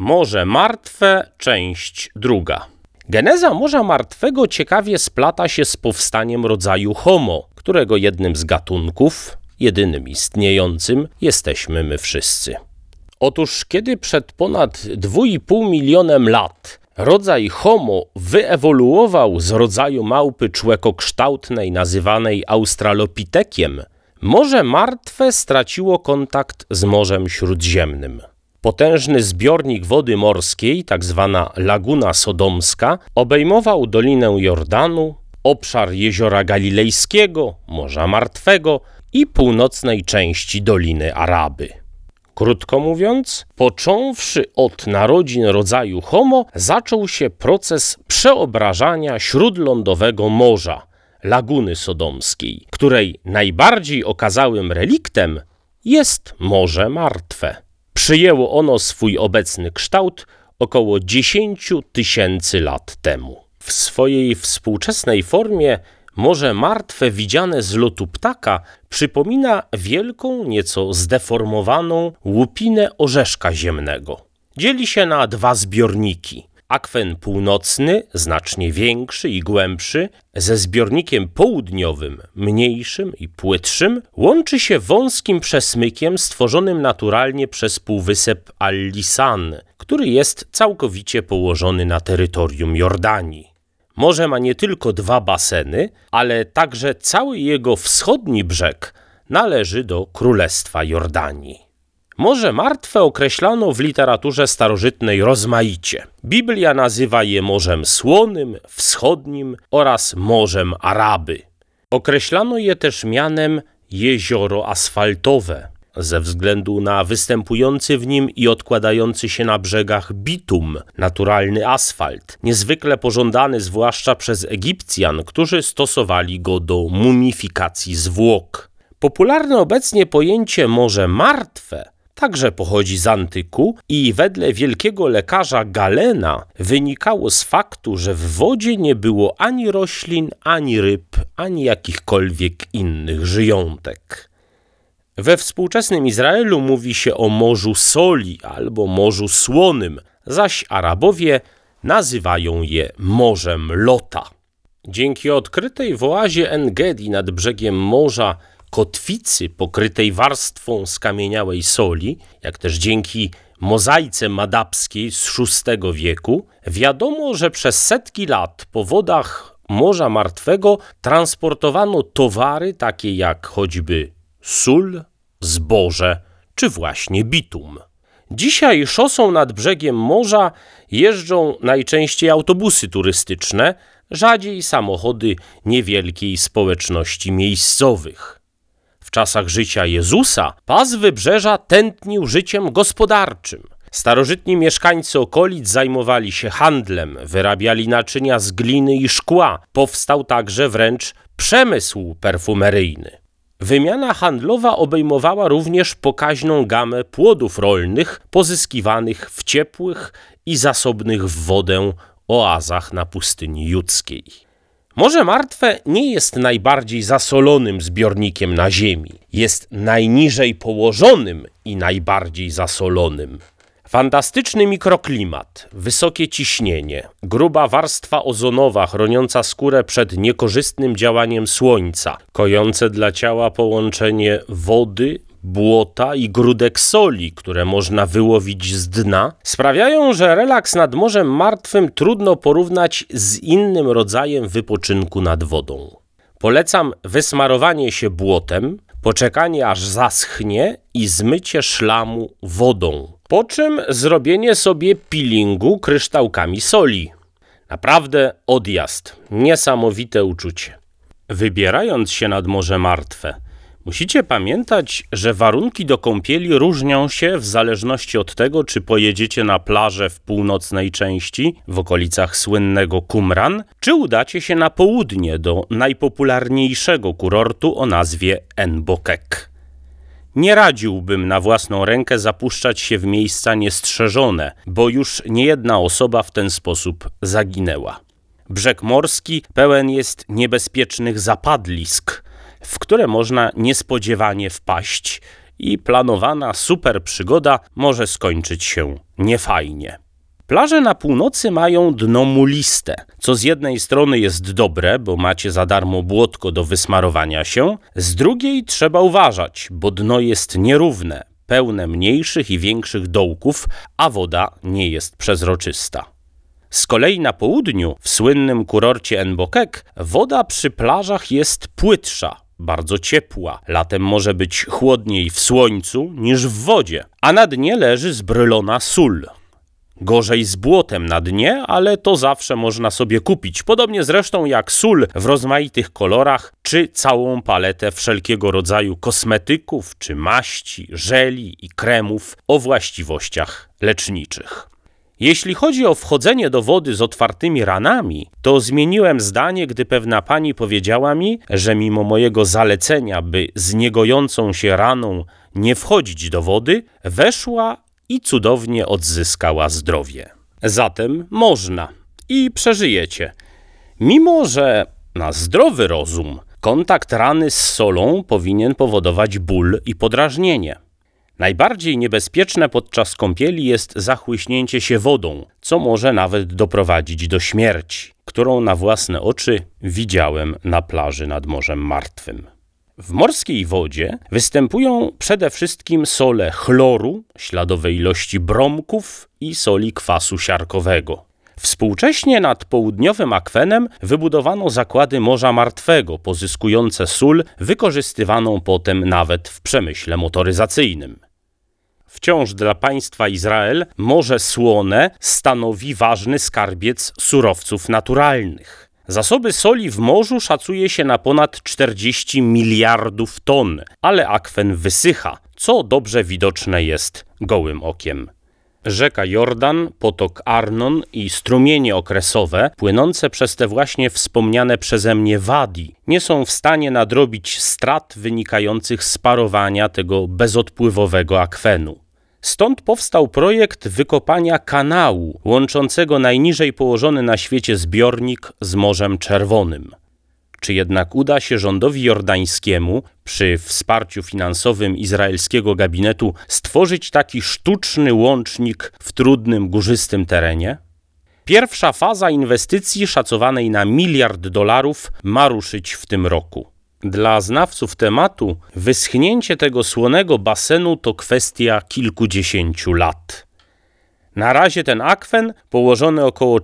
Morze Martwe, część 2. Geneza Morza Martwego ciekawie splata się z powstaniem rodzaju Homo, którego jednym z gatunków, jedynym istniejącym, jesteśmy my wszyscy. Otóż kiedy przed ponad 2,5 milionem lat rodzaj Homo wyewoluował z rodzaju małpy człekokształtnej nazywanej Australopitekiem, Morze Martwe straciło kontakt z Morzem Śródziemnym. Potężny zbiornik wody morskiej, tzw. Laguna Sodomska, obejmował Dolinę Jordanu, obszar Jeziora Galilejskiego, Morza Martwego i północnej części Doliny Araby. Krótko mówiąc, począwszy od narodzin rodzaju Homo, zaczął się proces przeobrażania śródlądowego morza, Laguny Sodomskiej, której najbardziej okazałym reliktem jest Morze Martwe. Przyjęło ono swój obecny kształt około 10 000 lat temu. W swojej współczesnej formie Morze Martwe widziane z lotu ptaka przypomina wielką, nieco zdeformowaną łupinę orzeszka ziemnego. Dzieli się na dwa zbiorniki. Akwen północny, znacznie większy i głębszy, ze zbiornikiem południowym, mniejszym i płytszym, łączy się wąskim przesmykiem stworzonym naturalnie przez półwysep Al-Lisan, który jest całkowicie położony na terytorium Jordanii. Morze ma nie tylko dwa baseny, ale także cały jego wschodni brzeg należy do Królestwa Jordanii. Morze Martwe określano w literaturze starożytnej rozmaicie. Biblia nazywa je Morzem Słonym, Wschodnim oraz Morzem Araby. Określano je też mianem Jezioro Asfaltowe, ze względu na występujący w nim i odkładający się na brzegach bitum, naturalny asfalt, niezwykle pożądany zwłaszcza przez Egipcjan, którzy stosowali go do mumifikacji zwłok. Popularne obecnie pojęcie Morze Martwe także pochodzi z antyku i wedle wielkiego lekarza Galena wynikało z faktu, że w wodzie nie było ani roślin, ani ryb, ani jakichkolwiek innych żyjątek. We współczesnym Izraelu mówi się o Morzu Soli albo Morzu Słonym, zaś Arabowie nazywają je Morzem Lota. Dzięki odkrytej w oazie En-Gedi nad brzegiem morza kotwicy pokrytej warstwą skamieniałej soli, jak też dzięki mozaice madabskiej z VI wieku, wiadomo, że przez setki lat po wodach Morza Martwego transportowano towary takie jak choćby sól, zboże czy właśnie bitum. Dzisiaj szosą nad brzegiem morza jeżdżą najczęściej autobusy turystyczne, rzadziej samochody niewielkiej społeczności miejscowych. W czasach życia Jezusa pas wybrzeża tętnił życiem gospodarczym. Starożytni mieszkańcy okolic zajmowali się handlem, wyrabiali naczynia z gliny i szkła. Powstał także wręcz przemysł perfumeryjny. Wymiana handlowa obejmowała również pokaźną gamę płodów rolnych pozyskiwanych w ciepłych i zasobnych w wodę oazach na pustyni judzkiej. Morze Martwe nie jest najbardziej zasolonym zbiornikiem na Ziemi. Jest najniżej położonym i najbardziej zasolonym. Fantastyczny mikroklimat, wysokie ciśnienie, gruba warstwa ozonowa chroniąca skórę przed niekorzystnym działaniem słońca, kojące dla ciała połączenie wody, błota i grudek soli, które można wyłowić z dna, sprawiają, że relaks nad Morzem Martwym trudno porównać z innym rodzajem wypoczynku nad wodą. Polecam wysmarowanie się błotem, poczekanie aż zaschnie i zmycie szlamu wodą, po czym zrobienie sobie peelingu kryształkami soli. Naprawdę odjazd, niesamowite uczucie. Wybierając się nad Morze Martwe, musicie pamiętać, że warunki do kąpieli różnią się w zależności od tego, czy pojedziecie na plażę w północnej części, w okolicach słynnego Qumran, czy udacie się na południe do najpopularniejszego kurortu o nazwie En-Bokek. Nie radziłbym na własną rękę zapuszczać się w miejsca niestrzeżone, bo już niejedna osoba w ten sposób zaginęła. Brzeg morski pełen jest niebezpiecznych zapadlisk, w które można niespodziewanie wpaść i planowana super przygoda może skończyć się niefajnie. Plaże na północy mają dno muliste, co z jednej strony jest dobre, bo macie za darmo błotko do wysmarowania się, z drugiej trzeba uważać, bo dno jest nierówne, pełne mniejszych i większych dołków, a woda nie jest przezroczysta. Z kolei na południu, w słynnym kurorcie Mbokek, woda przy plażach jest płytsza, bardzo ciepła. Latem może być chłodniej w słońcu niż w wodzie, a na dnie leży zbrylona sól. Gorzej z błotem na dnie, ale to zawsze można sobie kupić, podobnie zresztą jak sól w rozmaitych kolorach, czy całą paletę wszelkiego rodzaju kosmetyków, czy maści, żeli i kremów o właściwościach leczniczych. Jeśli chodzi o wchodzenie do wody z otwartymi ranami, to zmieniłem zdanie, gdy pewna pani powiedziała mi, że mimo mojego zalecenia, by z niegojącą się raną nie wchodzić do wody, weszła i cudownie odzyskała zdrowie. Zatem można i przeżyjecie. Mimo że na zdrowy rozum kontakt rany z solą powinien powodować ból i podrażnienie. Najbardziej niebezpieczne podczas kąpieli jest zachłyśnięcie się wodą, co może nawet doprowadzić do śmierci, którą na własne oczy widziałem na plaży nad Morzem Martwym. W morskiej wodzie występują przede wszystkim sole chloru, śladowe ilości bromków i soli kwasu siarkowego. Współcześnie nad południowym akwenem wybudowano zakłady Morza Martwego, pozyskujące sól wykorzystywaną potem nawet w przemyśle motoryzacyjnym. Wciąż dla państwa Izrael Morze Słone stanowi ważny skarbiec surowców naturalnych. Zasoby soli w morzu szacuje się na ponad 40 miliardów ton, ale akwen wysycha, co dobrze widoczne jest gołym okiem. Rzeka Jordan, potok Arnon i strumienie okresowe, płynące przez te właśnie wspomniane przeze mnie wadi, nie są w stanie nadrobić strat wynikających z parowania tego bezodpływowego akwenu. Stąd powstał projekt wykopania kanału łączącego najniżej położony na świecie zbiornik z Morzem Czerwonym. Czy jednak uda się rządowi jordańskiemu, przy wsparciu finansowym izraelskiego gabinetu, stworzyć taki sztuczny łącznik w trudnym, górzystym terenie? Pierwsza faza inwestycji szacowanej na $1 miliard ma ruszyć w tym roku. Dla znawców tematu wyschnięcie tego słonego basenu to kwestia kilkudziesięciu lat. Na razie ten akwen, położony około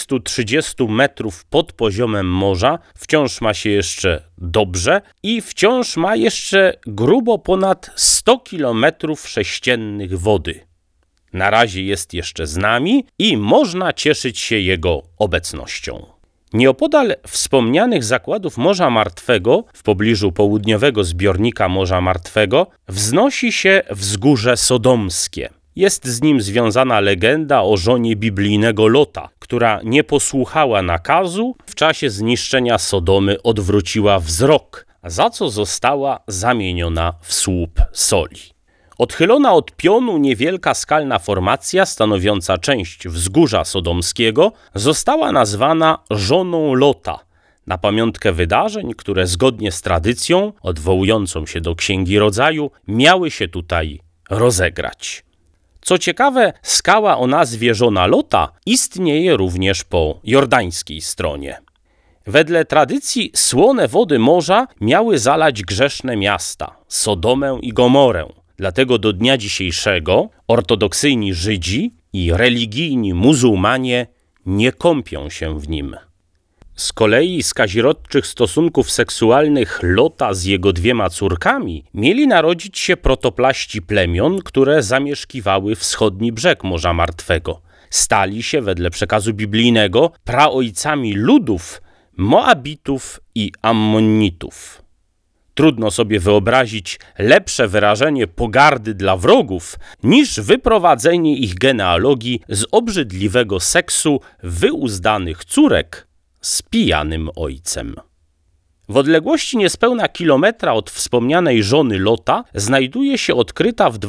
430 metrów pod poziomem morza, wciąż ma się jeszcze dobrze i wciąż ma jeszcze grubo ponad 100 kilometrów sześciennych wody. Na razie jest jeszcze z nami i można cieszyć się jego obecnością. Nieopodal wspomnianych zakładów Morza Martwego, w pobliżu południowego zbiornika Morza Martwego, wznosi się wzgórze Sodomskie. Jest z nim związana legenda o żonie biblijnego Lota, która nie posłuchała nakazu, w czasie zniszczenia Sodomy odwróciła wzrok, za co została zamieniona w słup soli. Odchylona od pionu niewielka skalna formacja stanowiąca część wzgórza sodomskiego została nazwana żoną Lota, na pamiątkę wydarzeń, które zgodnie z tradycją, odwołującą się do Księgi Rodzaju, miały się tutaj rozegrać. Co ciekawe, skała o nazwie żona Lota istnieje również po jordańskiej stronie. Wedle tradycji słone wody morza miały zalać grzeszne miasta, Sodomę i Gomorę. Dlatego do dnia dzisiejszego ortodoksyjni Żydzi i religijni muzułmanie nie kąpią się w nim. Z kolei z kazirodczych stosunków seksualnych Lota z jego 2 córkami mieli narodzić się protoplaści plemion, które zamieszkiwały wschodni brzeg Morza Martwego. Stali się, wedle przekazu biblijnego, praojcami ludów Moabitów i Ammonitów. Trudno sobie wyobrazić lepsze wyrażenie pogardy dla wrogów niż wyprowadzenie ich genealogii z obrzydliwego seksu wyuzdanych córek z pijanym ojcem. W odległości niespełna kilometra od wspomnianej żony Lota znajduje się odkryta w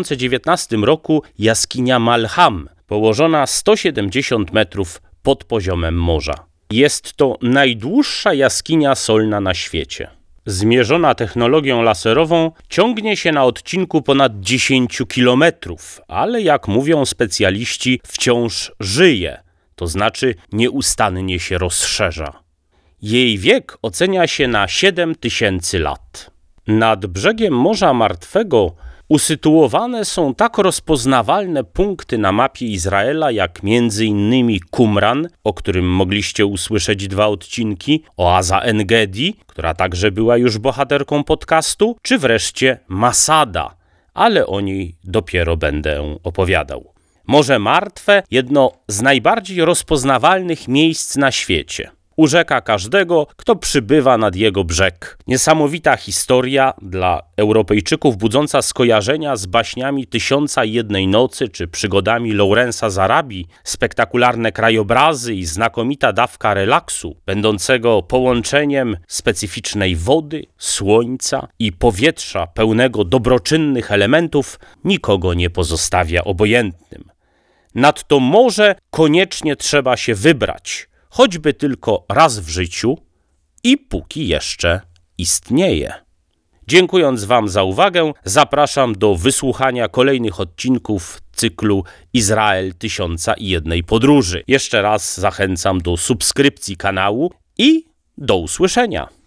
2019 roku jaskinia Malham, położona 170 metrów pod poziomem morza. Jest to najdłuższa jaskinia solna na świecie. zmierzona technologią laserową, ciągnie się na odcinku ponad 10 kilometrów, ale jak mówią specjaliści, wciąż żyje, to znaczy nieustannie się rozszerza. Jej wiek ocenia się na 7000 lat. Nad brzegiem Morza Martwego usytuowane są tak rozpoznawalne punkty na mapie Izraela, jak m.in. Qumran, o którym mogliście usłyszeć 2 odcinki, oaza En-Gedi, która także była już bohaterką podcastu, czy wreszcie Masada, ale o niej dopiero będę opowiadał. Morze Martwe – jedno z najbardziej rozpoznawalnych miejsc na świecie. Urzeka każdego, kto przybywa nad jego brzeg. Niesamowita historia dla Europejczyków, budząca skojarzenia z baśniami Tysiąca i Jednej Nocy czy przygodami Lawrence'a z Arabii, spektakularne krajobrazy i znakomita dawka relaksu, będącego połączeniem specyficznej wody, słońca i powietrza pełnego dobroczynnych elementów, nikogo nie pozostawia obojętnym. Nad to morze koniecznie trzeba się wybrać, choćby tylko raz w życiu i póki jeszcze istnieje. Dziękując Wam za uwagę, zapraszam do wysłuchania kolejnych odcinków cyklu Izrael Tysiąca i Jednej Podróży. Jeszcze raz zachęcam do subskrypcji kanału i do usłyszenia.